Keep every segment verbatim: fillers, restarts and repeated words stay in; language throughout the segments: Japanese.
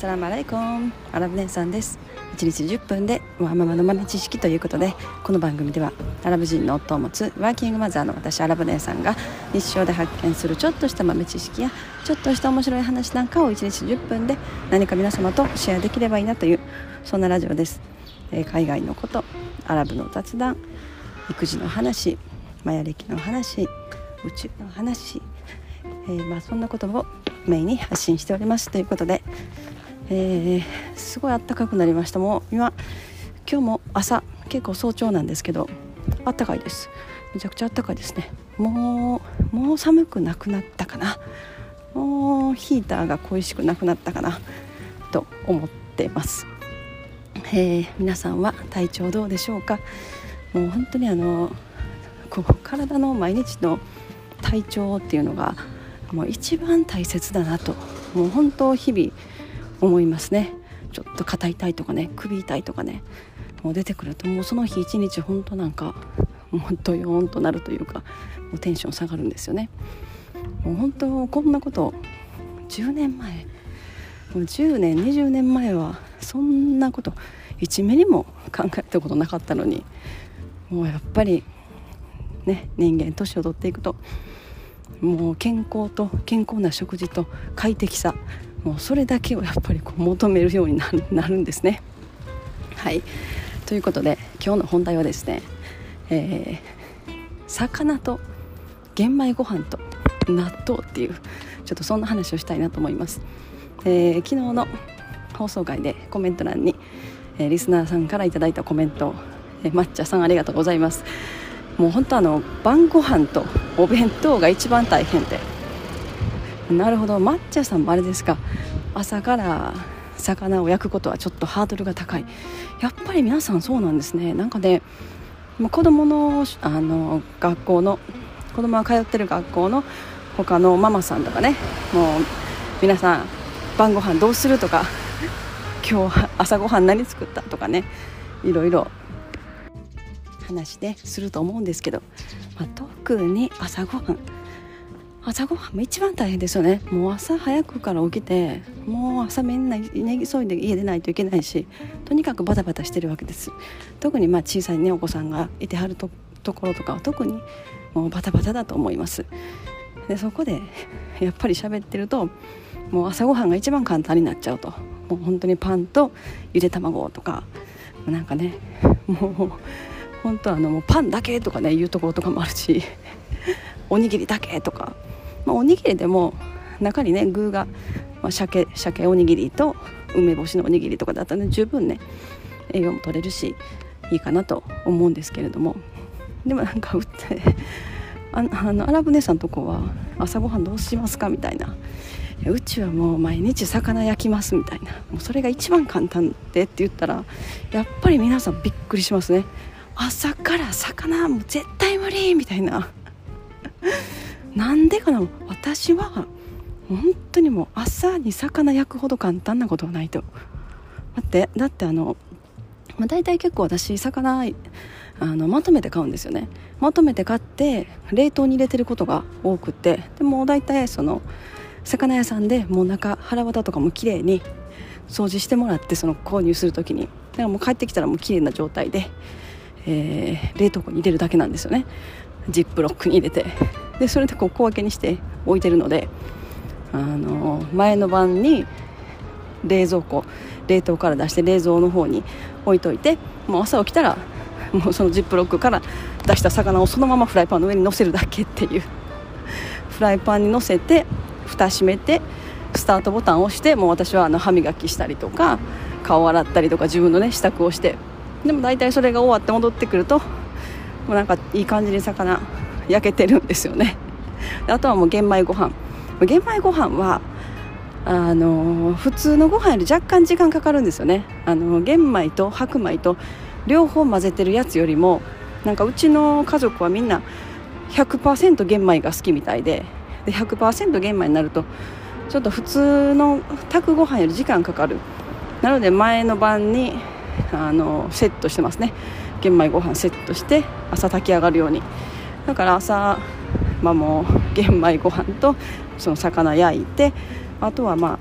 サラムアライコン、アラブ姉さんです。いちにちじゅっぷんでワーママの豆知識ということで、この番組ではアラブ人の夫を持つワーキングマザーの私アラブ姉さんが日常で発見するちょっとした豆知識やちょっとした面白い話なんかをいちにちじゅっぷんで何か皆様とシェアできればいいなという、そんなラジオです。えー、海外のこと、アラブの雑談、育児の話、マヤ歴の話、宇宙の話、えーまあ、そんなことをメインに発信しておりますということで、えー、すごい暖かくなりました。もう今今日も朝結構早朝なんですけど暖かいです。めちゃくちゃ暖かいですね。もうもう寒くなくなったかな、もうヒーターが恋しくなくなったかなと思っています。えー、皆さんは体調どうでしょうか。もう本当にあのこう体の毎日の体調っていうのがもう一番大切だなと、もう本当日々思いますね。ちょっと肩痛いとかね、首痛いとかね、もう出てくるともうその日一日本当なんかもうドヨーンとなるというか、もうテンション下がるんですよね。もう本当こんなことじゅうねんまえ、もうじゅうねんにじゅうねんまえはそんなこといちミリも考えたことなかったのに、もうやっぱりね、人間年を取っていくともう健康と健康な食事と快適さ、もうそれだけをやっぱりこう求めるようになる、なるんですね。はい、ということで今日の本題はですね、えー、魚と玄米ご飯と納豆っていうちょっとそんな話をしたいなと思います。えー、昨日の放送回でコメント欄に、えー、リスナーさんからいただいたコメント、えー、抹茶さんありがとうございます。もう本当あの晩ご飯とお弁当が一番大変で、なるほど、抹茶さんもあれですか、朝から魚を焼くことはちょっとハードルが高い。やっぱり皆さんそうなんですね。なんかね、子供のあの学校の子供が通ってる学校の他のママさんとかね、もう皆さん晩ご飯どうするとか今日朝ご飯何作ったとかね、いろいろ話ですると思うんですけど、まあ、特に朝ごはん朝ごはんも一番大変ですよね。もう朝早くから起きて、もう朝みんな急いで家出ないといけないし、とにかくバタバタしてるわけです。特にまあ小さい、ね、お子さんがいてはる と, ところとかは特にもうバタバタだと思います。でそこでやっぱり喋ってるともう朝ごはんが一番簡単になっちゃうと、もう本当にパンとゆで卵とかなんかね、もう本当あのもうパンだけとかねいうところとかもあるしおにぎりだけとか、まあ、おにぎりでも中にね具が、まあ、鮭鮭おにぎりと梅干しのおにぎりとかだったら、ね、十分ね栄養も取れるしいいかなと思うんですけれども、でもなんかうってああのアラブ姉さんとこは朝ごはんどうしますかみたいな、うちはもう毎日魚焼きますみたいな、もうそれが一番簡単でって言ったらやっぱり皆さんびっくりしますね。朝から魚もう絶対無理みたいななんでかな、私は本当にもう朝に魚焼くほど簡単なことはないと。だってだってあの、まあ、大体結構私魚あのまとめて買うんですよね。まとめて買って冷凍に入れてることが多くて、でも大体その魚屋さんでもう中腹渡とかもきれいに掃除してもらって、その購入するときにだからもう帰ってきたらもうきれいな状態で、えー、冷凍庫に入れるだけなんですよね。ジップロックに入れて、でそれでこう小分けにして置いてるので、あの前の晩に冷蔵庫冷凍から出して冷蔵の方に置いといて、もう朝起きたらもうそのジップロックから出した魚をそのままフライパンの上に乗せるだけっていう、フライパンに乗せて蓋閉めてスタートボタンを押して、もう私はあの歯磨きしたりとか顔洗ったりとか自分のね支度をして、でも大体それが終わって戻ってくるともうなんかいい感じに魚焼けてるんですよね。あとはもう玄米ご飯玄米ご飯はあの普通のご飯より若干時間かかるんですよね。あの玄米と白米と両方混ぜてるやつよりも、なんかうちの家族はみんな ひゃくパーセント 玄米が好きみたいで、で ひゃくパーセント 玄米になるとちょっと普通の炊くご飯より時間かかる。なので前の晩にあのセットしてますね。玄米ご飯セットして朝炊き上がるように。だから朝、まあ、もう玄米ご飯とその魚焼いて、あとはまあ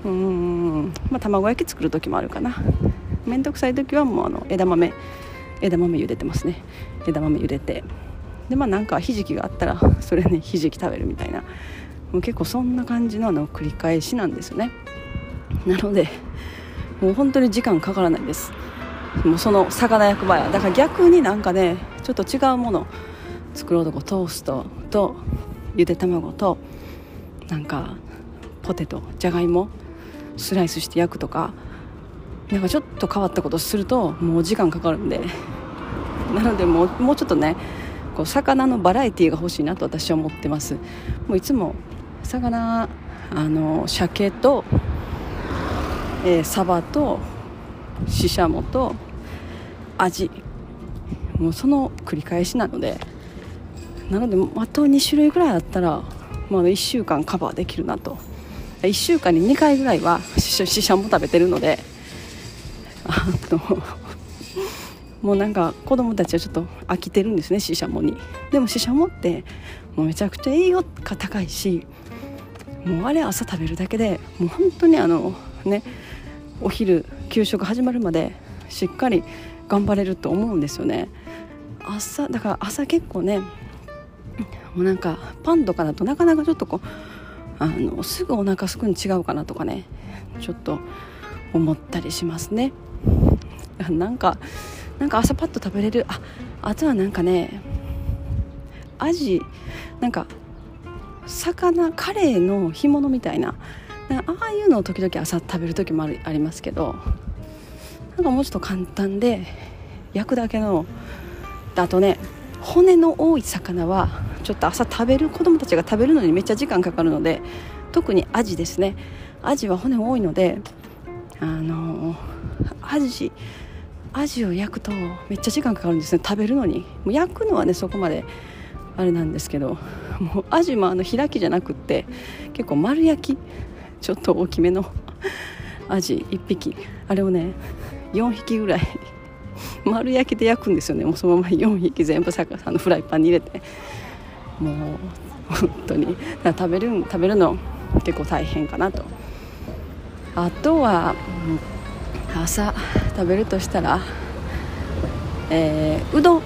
うーん、まあ、卵焼き作る時もあるかな。めんどくさい時はもうあの枝豆枝豆茹でてますね。枝豆茹でて、でまあなんかひじきがあったらそれねひじき食べるみたいな、もう結構そんな感じのの繰り返しなんですよね。なのでもう本当に時間かからないです。もうその魚焼く場合はだから逆になんかねちょっと違うもの作ろうとこトーストとゆで卵となんかポテトじゃがいもスライスして焼くとか、なんかちょっと変わったことするともう時間かかるんで、なのでもう、もうちょっとねこう魚のバラエティーが欲しいなと私は思ってます。もういつも魚あの鮭と、えー、サバとシシャモとアジ、もうその繰り返しなので、なのであとに種類ぐらいあったら、まあ、いっしゅうかんカバーできるなと。いっしゅうかんににかいぐらいはシシャモ食べてるので、あのもうなんか子供たちはちょっと飽きてるんですねシシャモに。でもシシャモってもうめちゃくちゃ栄養価高いし、もうあれ朝食べるだけでもう本当にあのねお昼給食始まるまでしっかり頑張れると思うんですよね。朝だから朝結構ねもうなんかパンとかだとなかなかちょっとこうあのすぐお腹すくに違うかなとかねちょっと思ったりしますね。なんかなんか朝パッと食べれる、ああとはなんかねアジなんか魚カレーの干物みたいな、なんかああいうのを時々朝食べる時もあるありますけど、なんかもうちょっと簡単で焼くだけの、あとね骨の多い魚はちょっと朝食べる子供たちが食べるのにめっちゃ時間かかるので、特にアジですね。アジは骨多いのであのアジアジを焼くとめっちゃ時間かかるんですね、食べるのに。もう焼くのはねそこまであれなんですけど、もうアジもあの開きじゃなくって結構丸焼き、ちょっと大きめのアジいっぴき、あれをねよんひきぐらい丸焼きで焼くんですよね。もうそのままよんひき全部さあのフライパンに入れて、もう本当にだから食べる食べるの結構大変かなと。あとは、うん、朝食べるとしたら、えー、うどん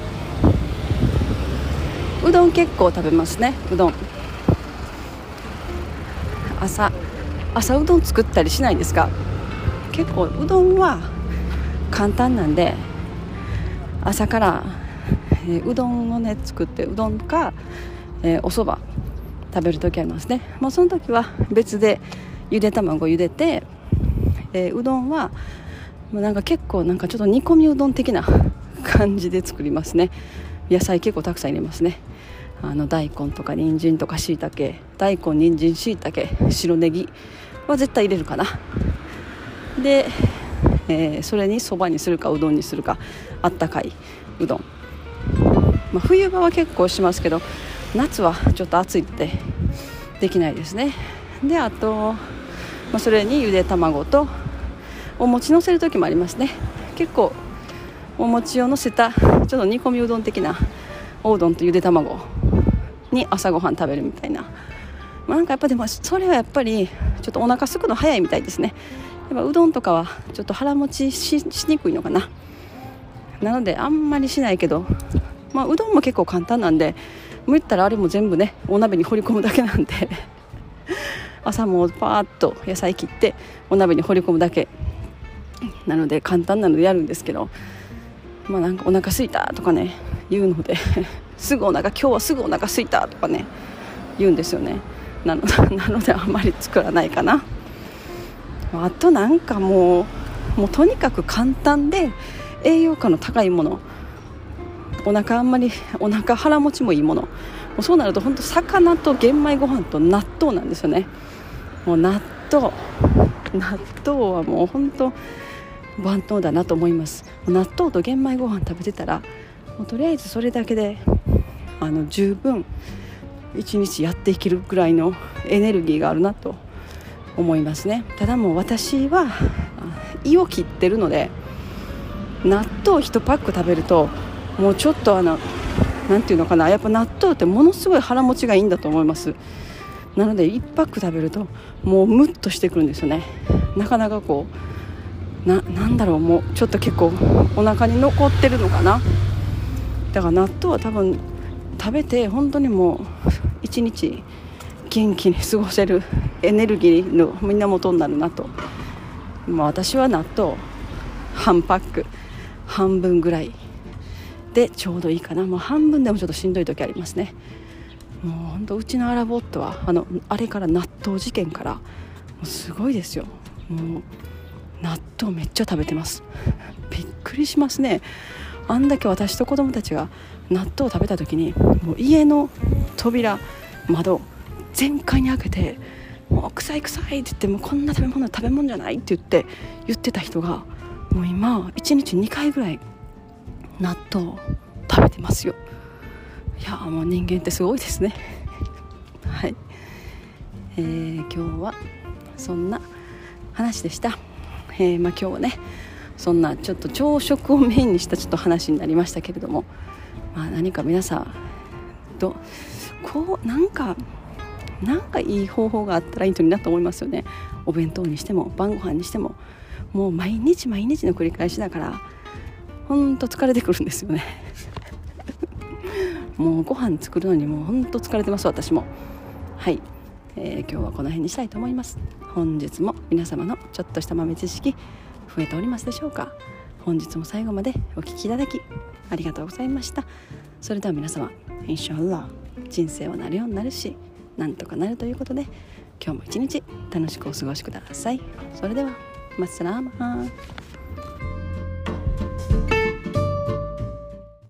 うどん結構食べますね。うどん朝朝うどん作ったりしないですか？結構うどんは簡単なんで朝から、えー、うどんをね作って、うどんか、えー、おそば食べる時ありますね。もうその時は別でゆで卵茹でて、えー、うどんはもうなんか結構なんかちょっと煮込みうどん的な感じで作りますね。野菜結構たくさん入れますね。あの大根とか人参とか椎茸、大根人参椎茸白ネギは絶対入れるかな。で、えー、それにそばにするかうどんにするか、あったかいうどん、まあ、冬場は結構しますけど夏はちょっと暑いってできないですね。であと、まあ、それにゆで卵とお餅乗せる時もありますね。結構お餅を乗せたちょっと煮込みうどん的なおうどんとゆで卵に朝ごはん食べるみたいな、まあ、なんかやっぱでもそれはやっぱりちょっとお腹すくの早いみたいですね。やっぱうどんとかはちょっと腹持ち し, しにくいのかな。なのであんまりしないけど、まあ、うどんも結構簡単なんで、もう言ったらあれも全部ねお鍋に放り込むだけなんで朝もパーッと野菜切ってお鍋に放り込むだけなので簡単なのでやるんですけど、まあなんかお腹すいたとかね言うのですぐお腹今日はすぐお腹すいたとかね言うんですよね。なので、なのであんまり作らないかな。あとなんかもうもうとにかく簡単で栄養価の高いもの、お腹あんまりお腹腹持ちもいいもの、もうそうなると本当魚と玄米ご飯と納豆なんですよね。もう納豆納豆はもう本当万能だなと思います。納豆と玄米ご飯食べてたらもうとりあえずそれだけであの十分一日やっていけるぐらいのエネルギーがあるなと思いますね。ただもう私は胃を切ってるので納豆いちパック食べるともうちょっとあのなんていうのかな、やっぱ納豆ってものすごい腹持ちがいいんだと思います。 なのでいちパック食べるともうムッとしてくるんですよね。なかなかこう な, なんだろうもうちょっと結構お腹に残ってるのかな。だから納豆は多分食べて本当にもう一日元気に過ごせるエネルギーの源になるなと。まあ、私は納豆半パック半分ぐらいでちょうどいいかな。もう半分でもちょっとしんどい時ありますね。もう本当うちのアラボットは あのあれから納豆事件からもうすごいですよ。もう納豆めっちゃ食べてます。びっくりしますね。あんだけ私と子供たちが納豆を食べた時にもう家の扉窓全開に開けてもう臭い臭いって言ってもこんな食べ物は食べ物じゃないって言って言ってた人がもう今いちにちにかいぐらい納豆を食べてますよ。いやもう人間ってすごいですねはい、えー、今日はそんな話でした。えーまあ、今日はねそんなちょっと朝食をメインにしたちょっと話になりましたけれども、まあ、何か皆さんどこうなんかなんかいい方法があったらいいのになと思いますよね。お弁当にしても晩ご飯にしてももう毎日毎日の繰り返しだからほんと疲れてくるんですよねもうご飯作るのにもうほんと疲れてます私も。はい、えー、今日はこの辺にしたいと思います。本日も皆様のちょっとした豆知識増えておりますでしょうか。本日も最後までお聞きいただきありがとうございました。それでは皆様インシャアラー人生はなるようになるしなんとかなるということで今日も一日楽しくお過ごしください。それではマッサラーマー。